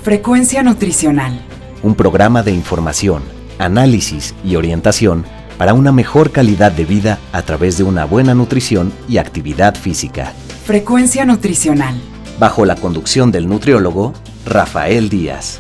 Frecuencia Nutricional. Un programa de información, análisis y orientación para una mejor calidad de vida a través de una buena nutrición y actividad física. Frecuencia Nutricional. Bajo la conducción del nutriólogo Rafael Díaz.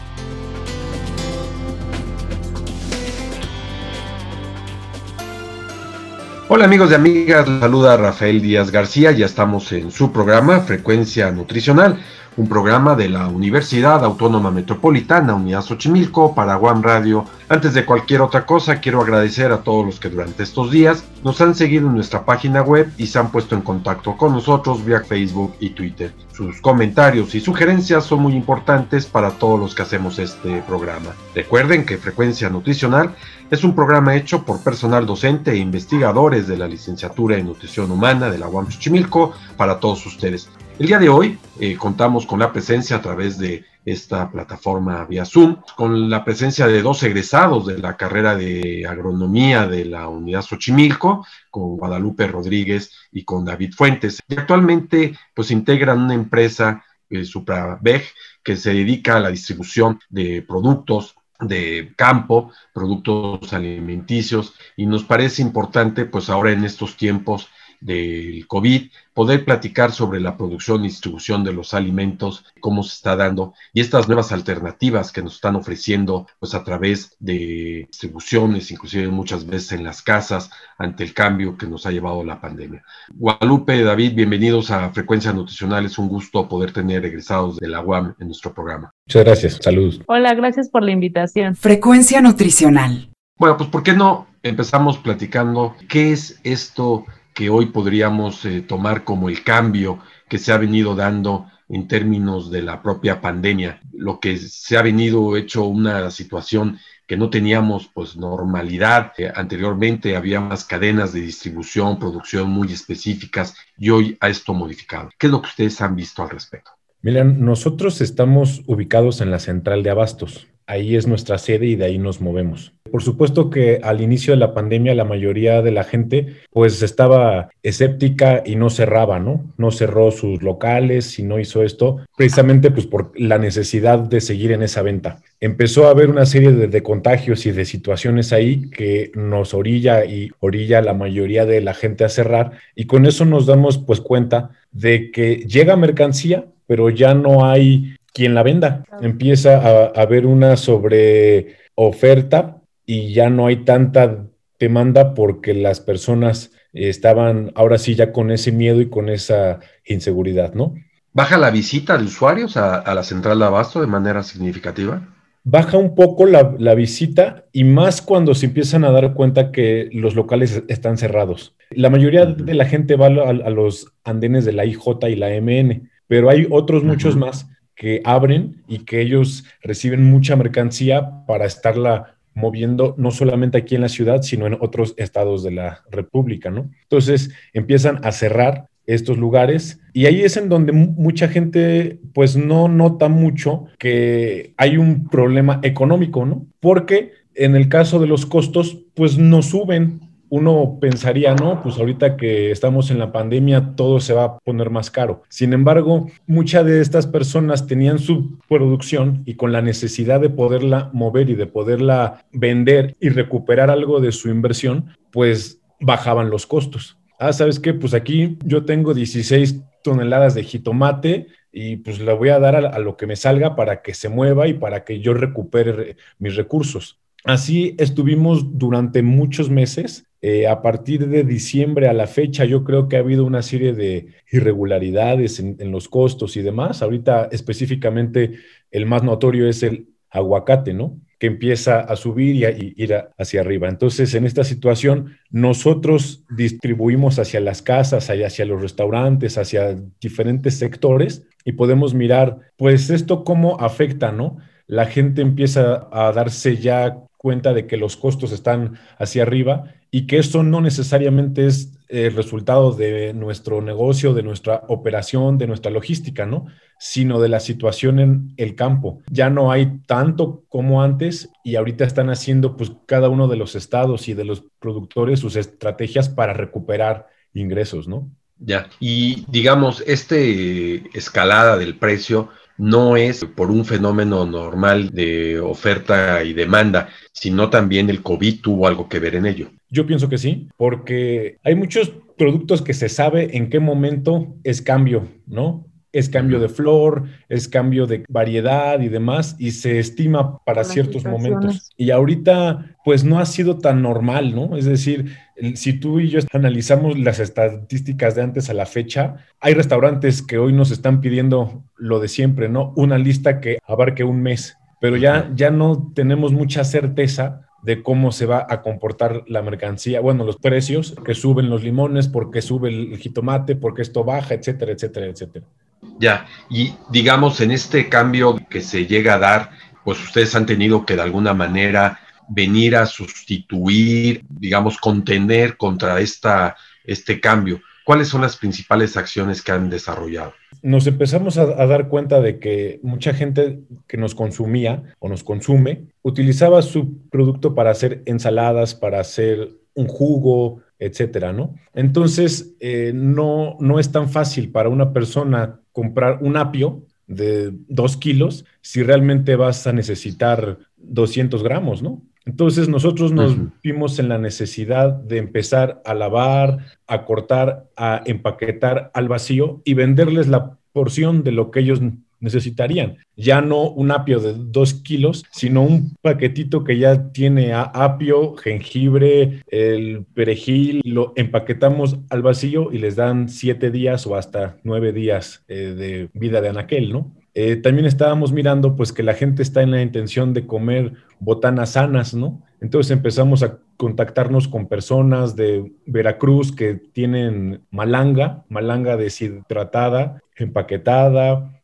Hola amigos y amigas, les saluda Rafael Díaz García, ya estamos en su programa Frecuencia Nutricional, un programa de la Universidad Autónoma Metropolitana, Unidad Xochimilco, para UAM Radio. Antes de cualquier otra cosa, quiero agradecer a todos los que durante estos días nos han seguido en nuestra página web y se han puesto en contacto con nosotros vía Facebook y Twitter. Sus comentarios y sugerencias son muy importantes para todos los que hacemos este programa. Recuerden que Frecuencia Nutricional es un programa hecho por personal docente e investigadores de la Licenciatura en Nutrición Humana de la UAM Xochimilco para todos ustedes. El día de hoy contamos con la presencia a través de esta plataforma vía Zoom, con la presencia de dos egresados de la carrera de agronomía de la Unidad Xochimilco, con Guadalupe Rodríguez y con David Fuentes. Y actualmente pues integran una empresa, Supraveg, que se dedica a la distribución de productos de campo, productos alimenticios, y nos parece importante pues ahora en estos tiempos del COVID, poder platicar sobre la producción y distribución de los alimentos, cómo se está dando, y estas nuevas alternativas que nos están ofreciendo pues a través de distribuciones, inclusive muchas veces en las casas, ante el cambio que nos ha llevado la pandemia. Guadalupe, David, bienvenidos a Frecuencia Nutricional, es un gusto poder tener egresados de la UAM en nuestro programa. Muchas gracias, saludos. Hola, gracias por la invitación. Frecuencia Nutricional. Bueno, pues ¿por qué no empezamos platicando qué es esto que hoy podríamos tomar como el cambio que se ha venido dando en términos de la propia pandemia, lo que se ha venido hecho una situación que no teníamos pues normalidad. Anteriormente había más cadenas de distribución, producción muy específicas, y hoy ha esto modificado. ¿Qué es lo que ustedes han visto al respecto? Miren, nosotros estamos ubicados en la central de abastos. Ahí es nuestra sede y de ahí nos movemos. Por supuesto que al inicio de la pandemia la mayoría de la gente pues estaba escéptica y no cerraba, ¿no? No cerró sus locales y no hizo esto precisamente pues por la necesidad de seguir en esa venta. Empezó a haber una serie de contagios y de situaciones ahí que nos orilla a la mayoría de la gente a cerrar, y con eso nos damos pues cuenta de que llega mercancía, pero ya no hay quien la venda. Empieza a haber una sobreoferta y ya no hay tanta demanda porque las personas estaban ahora sí ya con ese miedo y con esa inseguridad, ¿no? ¿Baja la visita de usuarios a la central de abasto de manera significativa? Baja un poco la visita, y más cuando se empiezan a dar cuenta que los locales están cerrados. La mayoría de la gente va a los andenes de la IJ y la MN, pero hay otros muchos más que abren y que ellos reciben mucha mercancía para estarla moviendo no solamente aquí en la ciudad, sino en otros estados de la República, ¿no? Entonces empiezan a cerrar estos lugares, y ahí es en donde mucha gente pues no nota mucho que hay un problema económico, ¿no? Porque en el caso de los costos pues no suben. Uno pensaría, no, pues ahorita que estamos en la pandemia todo se va a poner más caro. Sin embargo, muchas de estas personas tenían su producción y con la necesidad de poderla mover y de poderla vender y recuperar algo de su inversión, pues bajaban los costos. ¿Sabes qué? Pues aquí yo tengo 16 toneladas de jitomate y pues le voy a dar a lo que me salga para que se mueva y para que yo recupere mis recursos. Así estuvimos durante muchos meses. A partir de diciembre a la fecha, yo creo que ha habido una serie de irregularidades en los costos y demás. Ahorita específicamente el más notorio es el aguacate, ¿no? Que empieza a subir y a ir hacia arriba. Entonces, en esta situación, nosotros distribuimos hacia las casas, hacia los restaurantes, hacia diferentes sectores, y podemos mirar, pues, esto cómo afecta, ¿no? La gente empieza a darse ya cuenta de que los costos están hacia arriba y que eso no necesariamente es el resultado de nuestro negocio, de nuestra operación, de nuestra logística, ¿no? Sino de la situación en el campo. Ya no hay tanto como antes, y ahorita están haciendo pues cada uno de los estados y de los productores sus estrategias para recuperar ingresos, ¿no? Ya, y digamos, escalada del precio no es por un fenómeno normal de oferta y demanda, sino también el COVID tuvo algo que ver en ello. Yo pienso que sí, porque hay muchos productos que se sabe en qué momento es cambio, ¿no? Es cambio de flor, es cambio de variedad y demás, y se estima para Las ciertos momentos. situaciones. Y ahorita, pues no ha sido tan normal, ¿no? Es decir, si tú y yo analizamos las estadísticas de antes a la fecha, hay restaurantes que hoy nos están pidiendo lo de siempre, ¿no? Una lista que abarque un mes, pero ya no tenemos mucha certeza de cómo se va a comportar la mercancía, bueno, los precios, que suben los limones, porque sube el jitomate, porque esto baja, etcétera, etcétera, etcétera. Ya, y digamos, en este cambio que se llega a dar, pues ustedes han tenido que de alguna manera venir a sustituir, digamos, contener contra este cambio. ¿Cuáles son las principales acciones que han desarrollado? Nos empezamos a dar cuenta de que mucha gente que nos consumía o nos consume utilizaba su producto para hacer ensaladas, para hacer un jugo, etcétera, ¿no? Entonces, no es tan fácil para una persona comprar un apio de 2 kilos si realmente vas a necesitar 200 gramos, ¿no? Entonces nosotros nos vimos en la necesidad de empezar a lavar, a cortar, a empaquetar al vacío y venderles la porción de lo que ellos necesitarían. Ya no un apio de 2 kilos, sino un paquetito que ya tiene apio, jengibre, el perejil, lo empaquetamos al vacío y les dan 7 días o hasta 9 días de vida de anaquel, ¿no? También estábamos mirando pues que la gente está en la intención de comer botanas sanas, ¿no? Entonces empezamos a contactarnos con personas de Veracruz que tienen malanga deshidratada, empaquetada,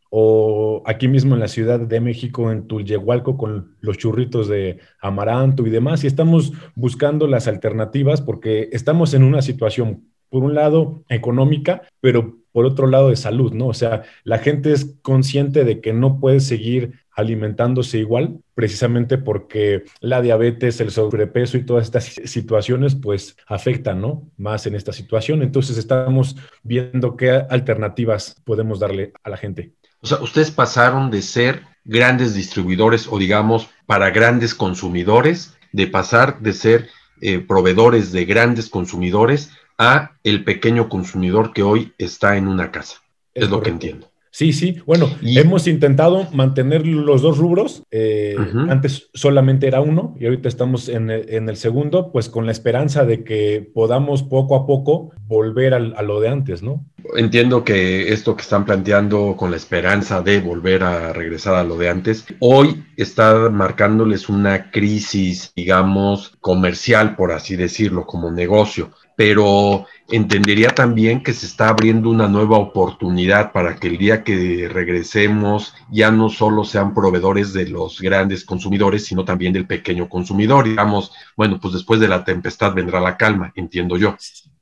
o aquí mismo en la Ciudad de México, en Tulyehualco, con los churritos de amaranto y demás, y estamos buscando las alternativas porque estamos en una situación, por un lado, económica, pero por otro lado de salud, ¿no? O sea, la gente es consciente de que no puede seguir alimentándose igual, precisamente porque la diabetes, el sobrepeso y todas estas situaciones, pues afectan, ¿no? Más en esta situación. Entonces estamos viendo qué alternativas podemos darle a la gente. O sea, ustedes pasaron de ser grandes distribuidores o digamos para grandes consumidores, de pasar de ser proveedores de grandes consumidores a el pequeño consumidor que hoy está en una casa. Es lo que entiendo. Sí. Bueno, hemos intentado mantener los dos rubros. Antes solamente era uno y ahorita estamos en el segundo, pues con la esperanza de que podamos poco a poco volver a lo de antes, ¿no? Entiendo que esto que están planteando con la esperanza de volver a regresar a lo de antes, hoy está marcándoles una crisis, digamos, comercial, por así decirlo, como negocio. Pero entendería también que se está abriendo una nueva oportunidad para que el día que regresemos ya no solo sean proveedores de los grandes consumidores, sino también del pequeño consumidor. Digamos, bueno, pues después de la tempestad vendrá la calma, entiendo yo.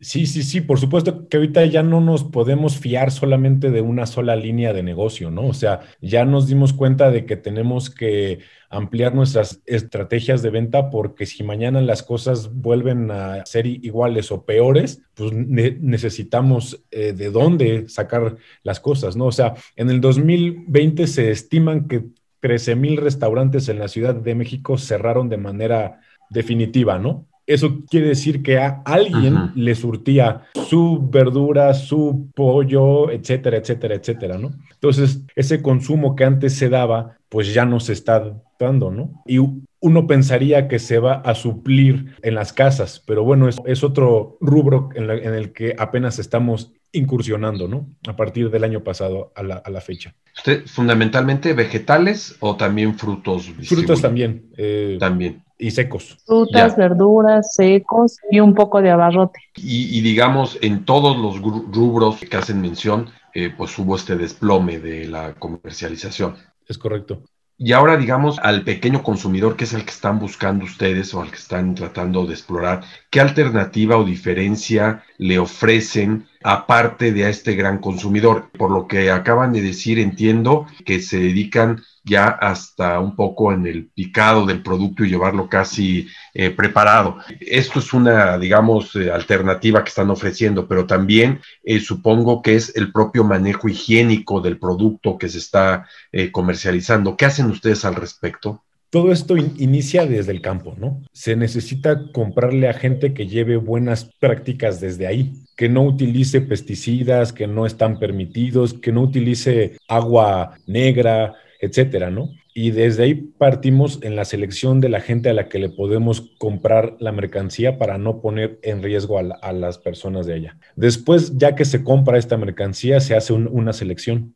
Sí, por supuesto que ahorita ya no nos podemos fiar solamente de una sola línea de negocio, ¿no? O sea, ya nos dimos cuenta de que tenemos que ampliar nuestras estrategias de venta porque si mañana las cosas vuelven a ser iguales o peores, pues necesitamos de dónde sacar las cosas, ¿no? O sea, en el 2020 se estiman que 13,000 restaurantes en la Ciudad de México cerraron de manera definitiva, ¿no? Eso quiere decir que a alguien le surtía su verdura, su pollo, etcétera, etcétera, etcétera, ¿no? Entonces, ese consumo que antes se daba, pues ya no se está dando, ¿no? Y uno pensaría que se va a suplir en las casas, pero bueno, es otro rubro en el que apenas estamos incursionando, ¿no? A partir del año pasado a la fecha. ¿Usted fundamentalmente vegetales o también frutos? Frutos también. También. Y secos. Frutas, verduras, secos y un poco de abarrote. Y digamos, en todos los rubros que hacen mención, pues hubo este desplome de la comercialización. Es correcto. Y ahora, digamos, al pequeño consumidor, que es el que están buscando ustedes o al que están tratando de explorar, ¿qué alternativa o diferencia le ofrecen aparte de a este gran consumidor. Por lo que acaban de decir, entiendo que se dedican ya hasta un poco en el picado del producto y llevarlo casi preparado. Esto es una, digamos, alternativa que están ofreciendo, pero también supongo que es el propio manejo higiénico del producto que se está comercializando. ¿Qué hacen ustedes al respecto? Todo esto inicia desde el campo, ¿no? Se necesita comprarle a gente que lleve buenas prácticas desde ahí, que no utilice pesticidas que no están permitidos, que no utilice agua negra, etcétera, ¿no? Y desde ahí partimos en la selección de la gente a la que le podemos comprar la mercancía para no poner en riesgo a las personas de allá. Después, ya que se compra esta mercancía, se hace una selección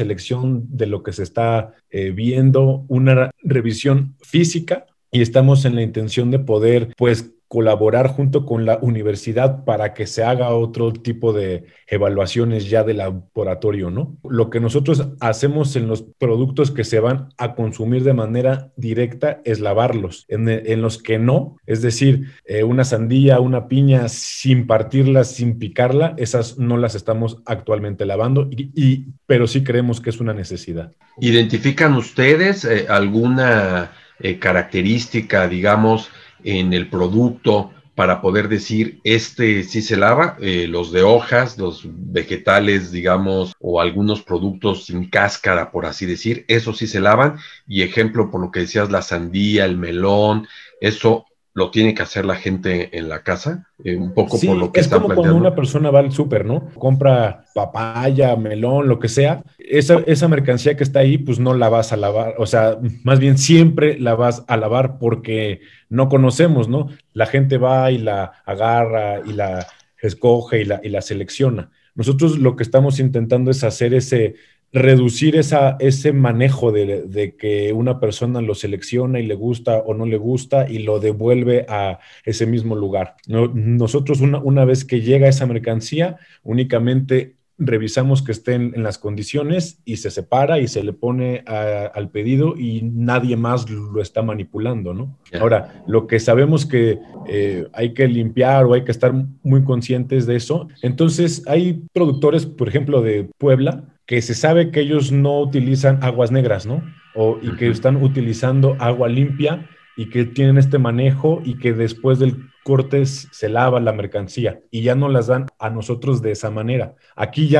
de lo que se está viendo, una revisión física, y estamos en la intención de poder, pues, colaborar junto con la universidad para que se haga otro tipo de evaluaciones ya de laboratorio, ¿no? Lo que nosotros hacemos en los productos que se van a consumir de manera directa es lavarlos. En los que no, es decir, una sandía, una piña, sin partirla, sin picarla, esas no las estamos actualmente lavando, pero sí creemos que es una necesidad. ¿Identifican ustedes alguna característica, digamos, en el producto para poder decir, este sí se lava? Los de hojas, los vegetales, digamos, o algunos productos sin cáscara, por así decir, eso sí se lavan. Y ejemplo, por lo que decías, la sandía, el melón, eso lo tiene que hacer la gente en la casa, un poco sí, por lo que es están como planteando. cuando una persona va al súper, ¿no? Compra papaya, melón, lo que sea. Esa mercancía que está ahí, pues no la vas a lavar. O sea, más bien siempre la vas a lavar porque no conocemos, ¿no? La gente va y la agarra y la escoge y la selecciona. Nosotros lo que estamos intentando es hacer reducir ese manejo de que una persona lo selecciona y le gusta o no le gusta y lo devuelve a ese mismo lugar. Nosotros una vez que llega esa mercancía, únicamente revisamos que estén en las condiciones y se separa y se le pone al pedido y nadie más lo está manipulando, ¿no? Yeah. Ahora, lo que sabemos que hay que limpiar o hay que estar muy conscientes de eso. Entonces, hay productores, por ejemplo, de Puebla, que se sabe que ellos no utilizan aguas negras, ¿no? Y que están utilizando agua limpia y que tienen este manejo y que después del corte se lava la mercancía y ya no las dan a nosotros de esa manera. Aquí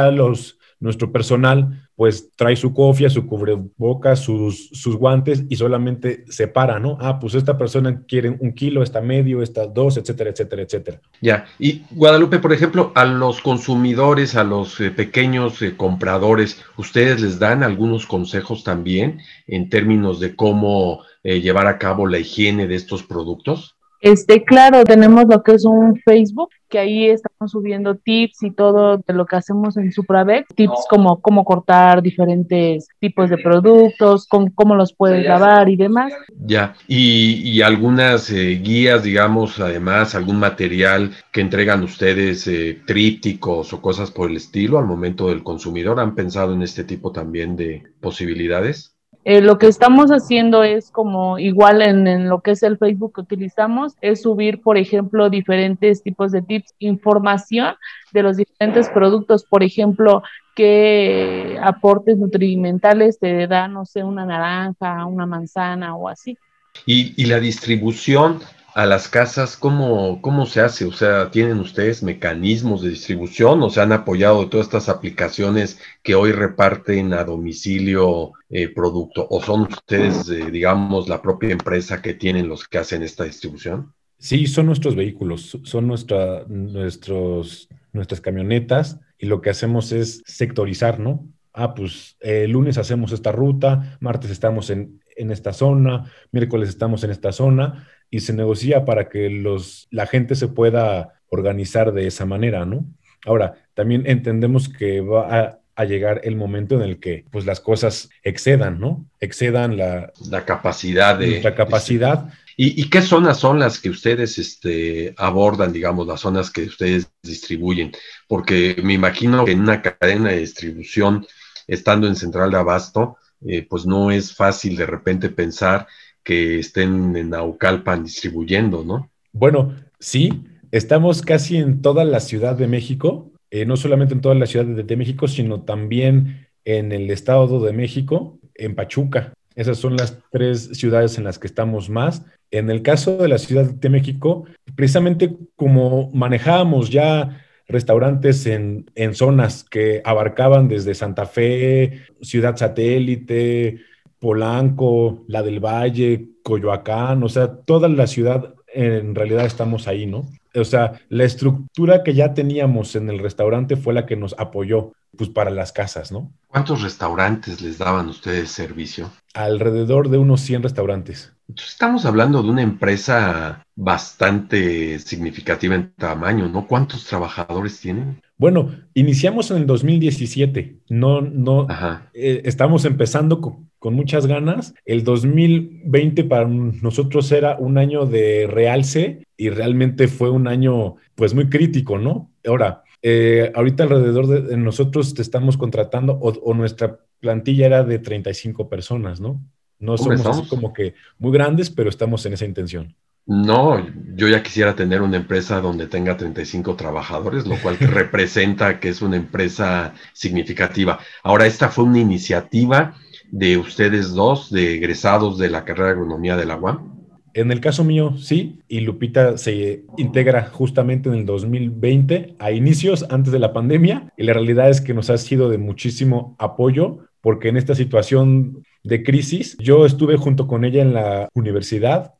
nuestro personal pues trae su cofia, su cubrebocas, sus guantes y solamente separa, ¿no? Pues esta persona quiere 1 kilo, esta medio, esta 2, etcétera, etcétera, etcétera. Ya, y Guadalupe, por ejemplo, a los consumidores, a los pequeños compradores, ¿ustedes les dan algunos consejos también en términos de cómo llevar a cabo la higiene de estos productos? Claro, tenemos lo que es un Facebook, que ahí estamos subiendo tips y todo de lo que hacemos en Supravex, tips como cómo cortar diferentes tipos de productos, cómo los puedes lavar y demás. Ya, y algunas guías, digamos, además, algún material que entregan ustedes, trípticos o cosas por el estilo al momento del consumidor. ¿Han pensado en este tipo también de posibilidades? Lo que estamos haciendo es como igual en lo que es el Facebook que utilizamos, es subir, por ejemplo, diferentes tipos de tips, información de los diferentes productos, por ejemplo, qué aportes nutrimentales te da, no sé, una naranja, una manzana o así. Y la distribución a las casas, ¿cómo se hace? O sea, ¿tienen ustedes mecanismos de distribución o se han apoyado de todas estas aplicaciones que hoy reparten a domicilio producto? ¿O son ustedes, digamos, la propia empresa que tienen los que hacen esta distribución? Sí, son nuestros vehículos, son nuestras camionetas y lo que hacemos es sectorizar, ¿no? Pues lunes hacemos esta ruta, martes estamos en esta zona, miércoles estamos en esta zona y se negocia para que la gente se pueda organizar de esa manera, ¿no? Ahora, también entendemos que va a llegar el momento en el que pues las cosas excedan, ¿no? Excedan la capacidad de... Nuestra capacidad. ¿Y qué zonas son las que ustedes abordan, digamos, las zonas que ustedes distribuyen? Porque me imagino que en una cadena de distribución, estando en Central de Abasto, pues no es fácil de repente pensar que estén en Naucalpan distribuyendo, ¿no? Bueno, sí, estamos casi en toda la Ciudad de México. no solamente en toda la Ciudad de México, sino también en el Estado de México, en Pachuca. Esas son las 3 ciudades en las que estamos más. En el caso de la Ciudad de México, precisamente como manejábamos ya restaurantes en zonas que abarcaban desde Santa Fe, Ciudad Satélite, Polanco, la del Valle, Coyoacán, o sea, toda la ciudad en realidad estamos ahí, ¿no? O sea, la estructura que ya teníamos en el restaurante fue la que nos apoyó, pues, para las casas, ¿no? ¿Cuántos restaurantes les daban ustedes servicio? Alrededor de unos 100 restaurantes. Entonces, estamos hablando de una empresa bastante significativa en tamaño, ¿no? ¿Cuántos trabajadores tienen? Bueno, iniciamos en el 2017. Ajá. Estamos empezando con muchas ganas. El 2020 para nosotros era un año de realce y realmente fue un año, pues, muy crítico, ¿no? Ahora, ahorita alrededor de nosotros te estamos contratando o nuestra plantilla era de 35 personas, ¿no? No Hombre, somos así como que muy grandes, pero estamos en esa intención. No, yo ya quisiera tener una empresa donde tenga 35 trabajadores, lo cual representa que es una empresa significativa. Ahora, esta fue una iniciativa de ustedes dos, de egresados de la carrera de agronomía de la UAM. En el caso mío, sí, y Lupita se integra justamente en el 2020, a inicios, antes de la pandemia, y la realidad es que nos ha sido de muchísimo apoyo, porque en esta situación de crisis, yo estuve junto con ella en la universidad,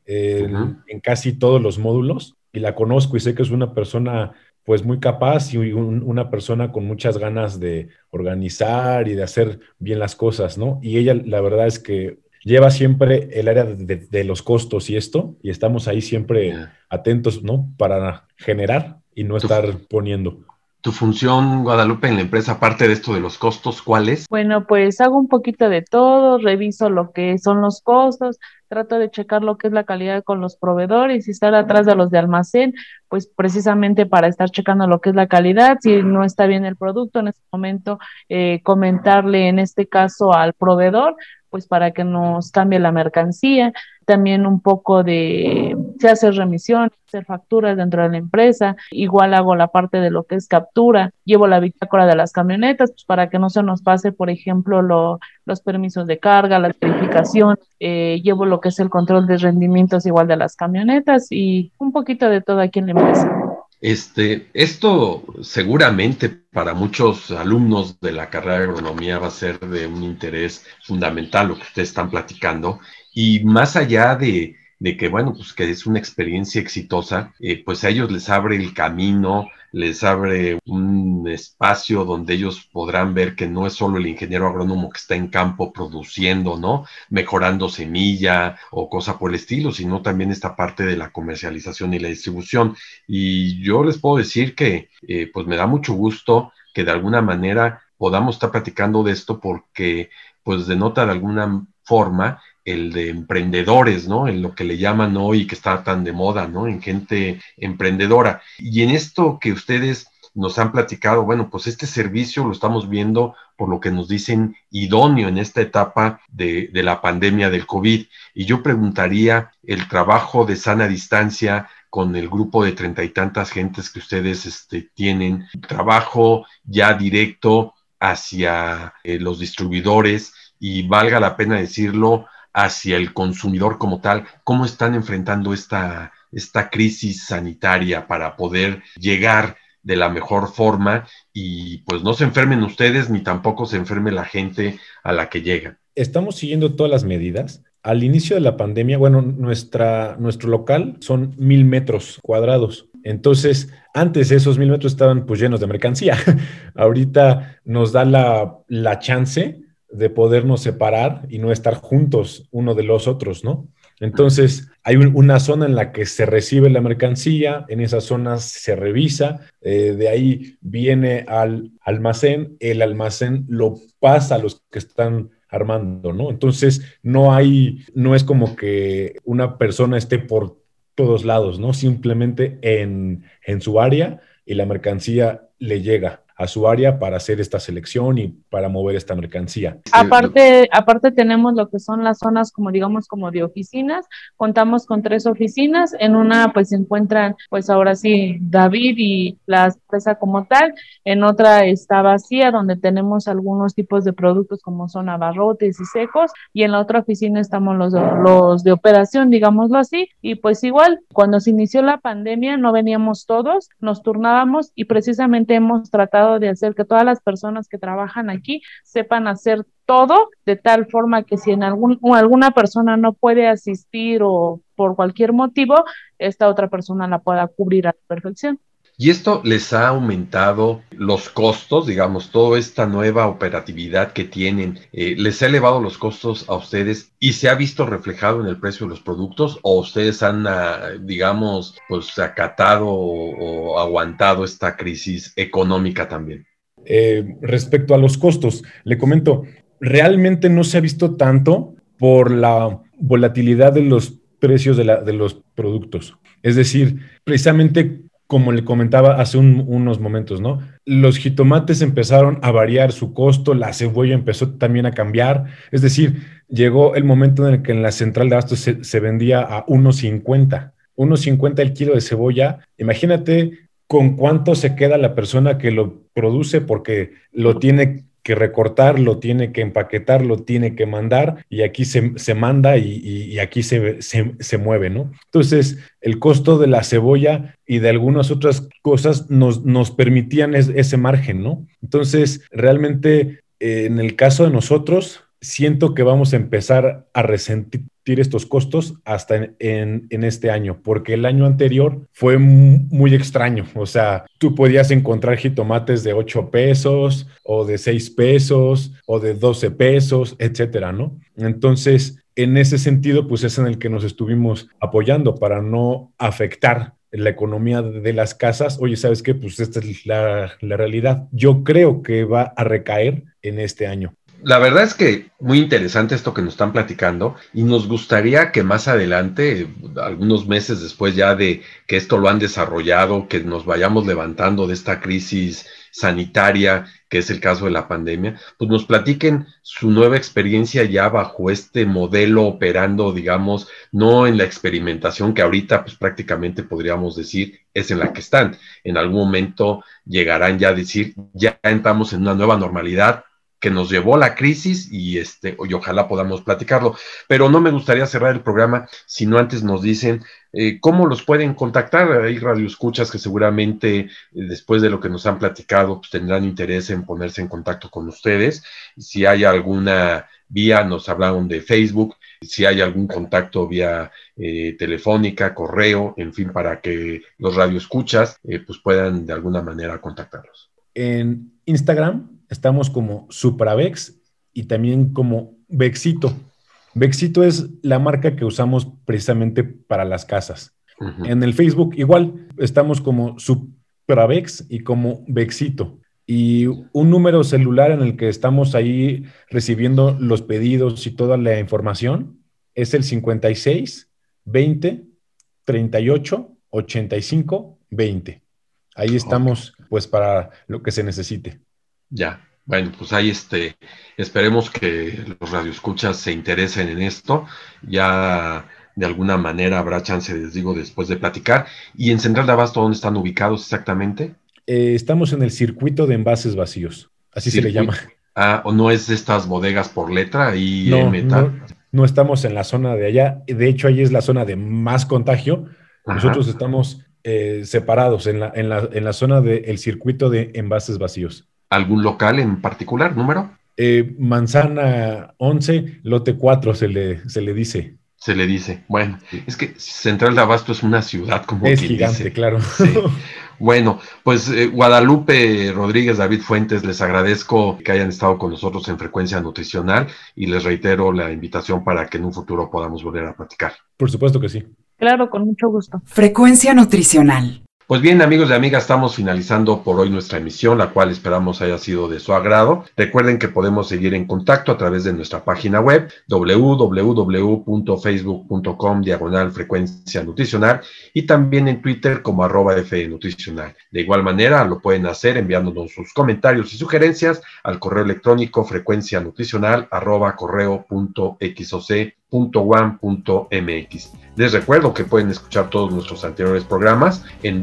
en casi todos los módulos, y la conozco y sé que es una persona, pues, muy capaz y una persona con muchas ganas de organizar y de hacer bien las cosas, ¿no? Y ella, la verdad es que lleva siempre el área de los costos y esto, y estamos ahí siempre atentos, ¿no? Para generar y no estar poniendo. ¿Tu función, Guadalupe, en la empresa, aparte de esto de los costos, cuál es? Bueno, pues hago un poquito de todo, reviso lo que son los costos, trato de checar lo que es la calidad con los proveedores y estar atrás de los de almacén, pues precisamente para estar checando lo que es la calidad, si no está bien el producto en este momento, comentarle en este caso al proveedor, pues para que nos cambie la mercancía, también un poco de, se hace remisión, hacer facturas dentro de la empresa, igual hago la parte de lo que es captura, llevo la bitácora de las camionetas, pues para que no se nos pase, por ejemplo, los permisos de carga, la verificación, llevo lo que es el control de rendimientos igual de las camionetas y un poquito de todo aquí en la empresa. Esto seguramente para muchos alumnos de la carrera de agronomía va a ser de un interés fundamental lo que ustedes están platicando. Y más allá de que, bueno, pues que es una experiencia exitosa, pues a ellos les abre el camino, les abre un espacio donde ellos podrán ver que no es solo el ingeniero agrónomo que está en campo produciendo, ¿no? Mejorando semilla o cosa por el estilo, sino también esta parte de la comercialización y la distribución. Y yo les puedo decir que pues me da mucho gusto que de alguna manera podamos estar platicando de esto porque pues denota de alguna forma el de emprendedores, ¿no? En lo que le llaman hoy, que está tan de moda, ¿no? En gente emprendedora. Y en esto que ustedes nos han platicado, bueno, pues este servicio lo estamos viendo por lo que nos dicen idóneo en esta etapa de la pandemia del COVID. Y yo preguntaría, el trabajo de sana distancia con el grupo de 30 y tantas gentes que ustedes tienen, trabajo ya directo hacia los distribuidores y valga la pena decirlo, hacia el consumidor como tal, ¿cómo están enfrentando esta crisis sanitaria para poder llegar de la mejor forma y pues no se enfermen ustedes ni tampoco se enferme la gente a la que llegan? Estamos siguiendo todas las medidas. Al inicio de la pandemia, bueno, nuestro local son 1,000 metros cuadrados. Entonces, antes esos 1,000 metros estaban pues llenos de mercancía. Ahorita nos da la chance de podernos separar y no estar juntos uno de los otros, ¿no? Entonces, hay una zona en la que se recibe la mercancía, en esa zona se revisa, de ahí viene al almacén, el almacén lo pasa a los que están armando, ¿no? Entonces, no es como que una persona esté por todos lados, ¿no? Simplemente en su área y la mercancía le llega. a su área para hacer esta selección y para mover esta mercancía. Aparte tenemos lo que son las zonas como digamos como de oficinas. Contamos con 3 oficinas. En una pues se encuentran pues ahora sí David y la empresa como tal. En otra está vacía, donde tenemos algunos tipos de productos como son abarrotes y secos, y en la otra oficina estamos los de operación, digámoslo así. Y pues igual, cuando se inició la pandemia no veníamos todos, nos turnábamos, y precisamente hemos tratado de hacer que todas las personas que trabajan aquí sepan hacer todo de tal forma que si en alguna persona no puede asistir o por cualquier motivo, esta otra persona la pueda cubrir a la perfección. ¿Y esto les ha aumentado los costos, digamos, toda esta nueva operatividad que tienen, les ha elevado los costos a ustedes y se ha visto reflejado en el precio de los productos, o ustedes han, digamos, pues acatado o aguantado esta crisis económica también? Respecto a los costos, le comento, realmente no se ha visto tanto por la volatilidad de los precios de los productos. Es decir, precisamente como le comentaba hace unos momentos, ¿no? Los jitomates empezaron a variar su costo, la cebolla empezó también a cambiar. Es decir, llegó el momento en el que en la central de abastos se vendía a 1.50. 1.50 el kilo de cebolla. Imagínate con cuánto se queda la persona que lo produce, porque lo tiene que recortar, lo tiene que empaquetar, lo tiene que mandar, y aquí se manda y aquí se mueve, ¿no? Entonces, el costo de la cebolla y de algunas otras cosas nos permitían ese margen, ¿no? Entonces, realmente, en el caso de nosotros, siento que vamos a empezar a resentir estos costos hasta en este año, porque el año anterior fue muy extraño. O sea, tú podías encontrar jitomates de 8 pesos o de 6 pesos o de 12 pesos, etcétera, ¿no? Entonces, en ese sentido, pues es en el que nos estuvimos apoyando para no afectar la economía de las casas. Oye, ¿sabes qué? Pues esta es la realidad. Yo creo que va a recaer en este año. La verdad es que muy interesante esto que nos están platicando, y nos gustaría que más adelante, algunos meses después ya de que esto lo han desarrollado, que nos vayamos levantando de esta crisis sanitaria, que es el caso de la pandemia, pues nos platiquen su nueva experiencia ya bajo este modelo operando, digamos, no en la experimentación que ahorita pues prácticamente podríamos decir es en la que están. En algún momento llegarán ya a decir, ya entramos en una nueva normalidad que nos llevó la crisis, y ojalá podamos platicarlo. Pero no me gustaría cerrar el programa si no antes nos dicen cómo los pueden contactar. Hay radioescuchas que seguramente después de lo que nos han platicado pues tendrán interés en ponerse en contacto con ustedes. Si hay alguna vía, nos hablaron de Facebook, si hay algún contacto vía telefónica, correo, en fin, para que los radioescuchas pues puedan de alguna manera contactarlos. En Instagram estamos como Supravex y también como Vexito. Vexito es la marca que usamos precisamente para las casas. Uh-huh. En el Facebook igual estamos como Supravex y como Vexito. Y un número celular en el que estamos ahí recibiendo los pedidos y toda la información es el 56 20 38 85 20. Ahí estamos, pues, para lo que se necesite. Ya, bueno, pues ahí esperemos que los radioescuchas se interesen en esto. Ya de alguna manera habrá chance, les digo, después de platicar. ¿Y en Central de Abasto dónde están ubicados exactamente? Estamos en el circuito de envases vacíos, así se le llama. ¿O no es de estas bodegas por letra? Y no estamos en la zona de allá. De hecho, ahí es la zona de más contagio. Ajá. Nosotros estamos separados en la zona del circuito de envases vacíos. ¿Algún local en particular, número? Manzana 11, lote 4 se le dice. Se le dice. Bueno, es que Central de Abasto es una ciudad, como es gigante, dice. Claro. Sí. Bueno, pues Guadalupe Rodríguez, David Fuentes, les agradezco que hayan estado con nosotros en Frecuencia Nutricional, y les reitero la invitación para que en un futuro podamos volver a platicar. Por supuesto que sí. Claro, con mucho gusto. Frecuencia Nutricional. Pues bien, amigos y amigas, estamos finalizando por hoy nuestra emisión, la cual esperamos haya sido de su agrado. Recuerden que podemos seguir en contacto a través de nuestra página web www.facebook.com/frecuencia nutricional y también en Twitter como @fnutricional. De igual manera, lo pueden hacer enviándonos sus comentarios y sugerencias al correo electrónico frecuencianutricional@correo.xoc.1.mx. Les recuerdo que pueden escuchar todos nuestros anteriores programas en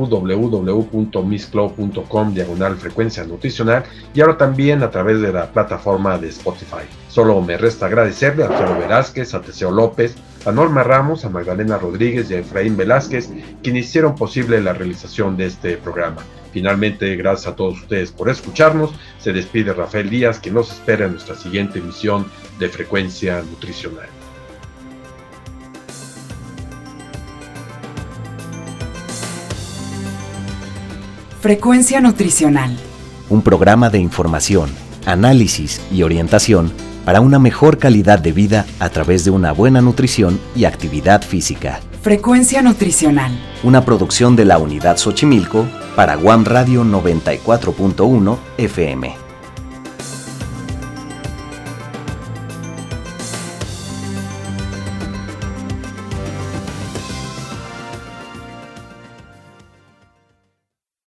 www.mixcloud.com/frecuencia nutricional y ahora también a través de la plataforma de Spotify. Solo me resta agradecerle a Alfredo Velázquez, a Teseo López, a Norma Ramos, a Magdalena Rodríguez y a Efraín Velázquez, quienes hicieron posible la realización de este programa. Finalmente, gracias a todos ustedes por escucharnos. Se despide Rafael Díaz, que nos espera en nuestra siguiente emisión de Frecuencia Nutricional. Frecuencia Nutricional. Un programa de información, análisis y orientación para una mejor calidad de vida a través de una buena nutrición y actividad física. Frecuencia Nutricional. Una producción de la Unidad Xochimilco para Guam Radio 94.1 FM.